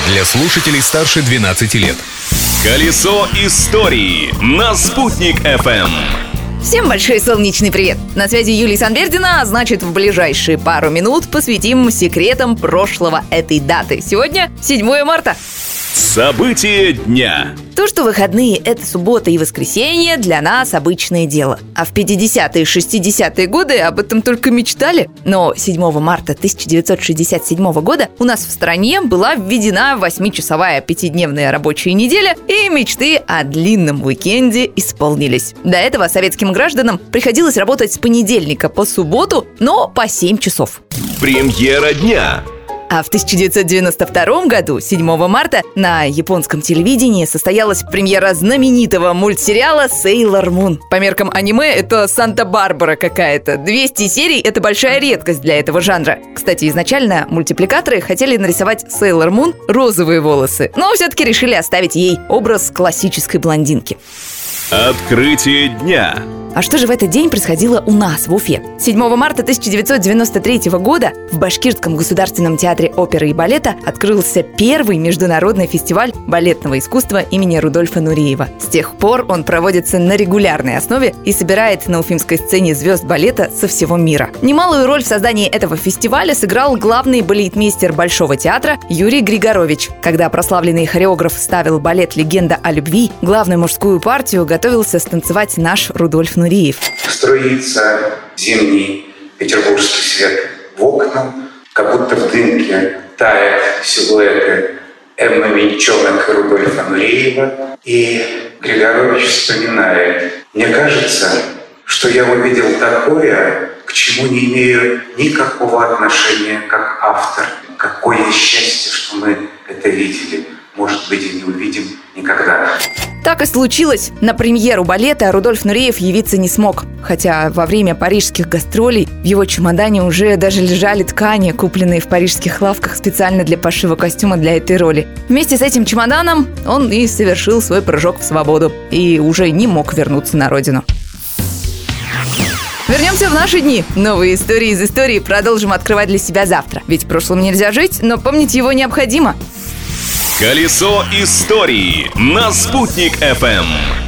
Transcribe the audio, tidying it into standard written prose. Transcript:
Для слушателей старше 12 лет. Колесо истории на Спутник FM. Всем большой солнечный привет! На связи Юлия Санбердина, а значит, в ближайшие пару минут посвятим секретам прошлого этой даты. Сегодня 7 марта. События дня. То, что выходные – это суббота и воскресенье, для нас обычное дело. А в 50-е и 60-е годы об этом только мечтали. Но 7 марта 1967 года у нас в стране была введена 8-часовая 5-дневная рабочая неделя, и мечты о длинном уикенде исполнились. До этого советским гражданам приходилось работать с понедельника по субботу, но по 7 часов. Премьера дня. А в 1992 году, 7 марта, на японском телевидении состоялась премьера знаменитого мультсериала «Сейлор Мун». По меркам аниме это Санта-Барбара какая-то. 200 серий – это большая редкость для этого жанра. Кстати, изначально мультипликаторы хотели нарисовать Сейлор Мун розовые волосы, но все-таки решили оставить ей образ классической блондинки. Открытие дня. А что же в этот день происходило у нас, в Уфе? 7 марта 1993 года в Башкирском государственном театре оперы и балета открылся первый международный фестиваль балетного искусства имени Рудольфа Нуриева. С тех пор он проводится на регулярной основе и собирает на уфимской сцене звезд балета со всего мира. Немалую роль в создании этого фестиваля сыграл главный балетмейстер Большого театра Юрий Григорович. Когда прославленный хореограф ставил балет «Легенда о любви», главную мужскую партию готовился станцевать наш Рудольф Нуриев. Струится зимний петербургский свет в окна, как будто в дымке тают силуэты Эммы Минчонок и Рудольфа Нуриева. И Григорович вспоминает: «Мне кажется, что я увидел такое, к чему не имею никакого отношения как автор. Какое счастье, что мы это видели. Может быть, и не увидим никогда». Так и случилось. На премьеру балета Рудольф Нуриев явиться не смог. Хотя во время парижских гастролей в его чемодане уже даже лежали ткани, купленные в парижских лавках специально для пошива костюма для этой роли. Вместе с этим чемоданом он и совершил свой прыжок в свободу. И уже не мог вернуться на родину. Вернемся в наши дни. Новые истории из истории продолжим открывать для себя завтра. Ведь в прошлом нельзя жить, но помнить его необходимо. Колесо истории на Спутник FM.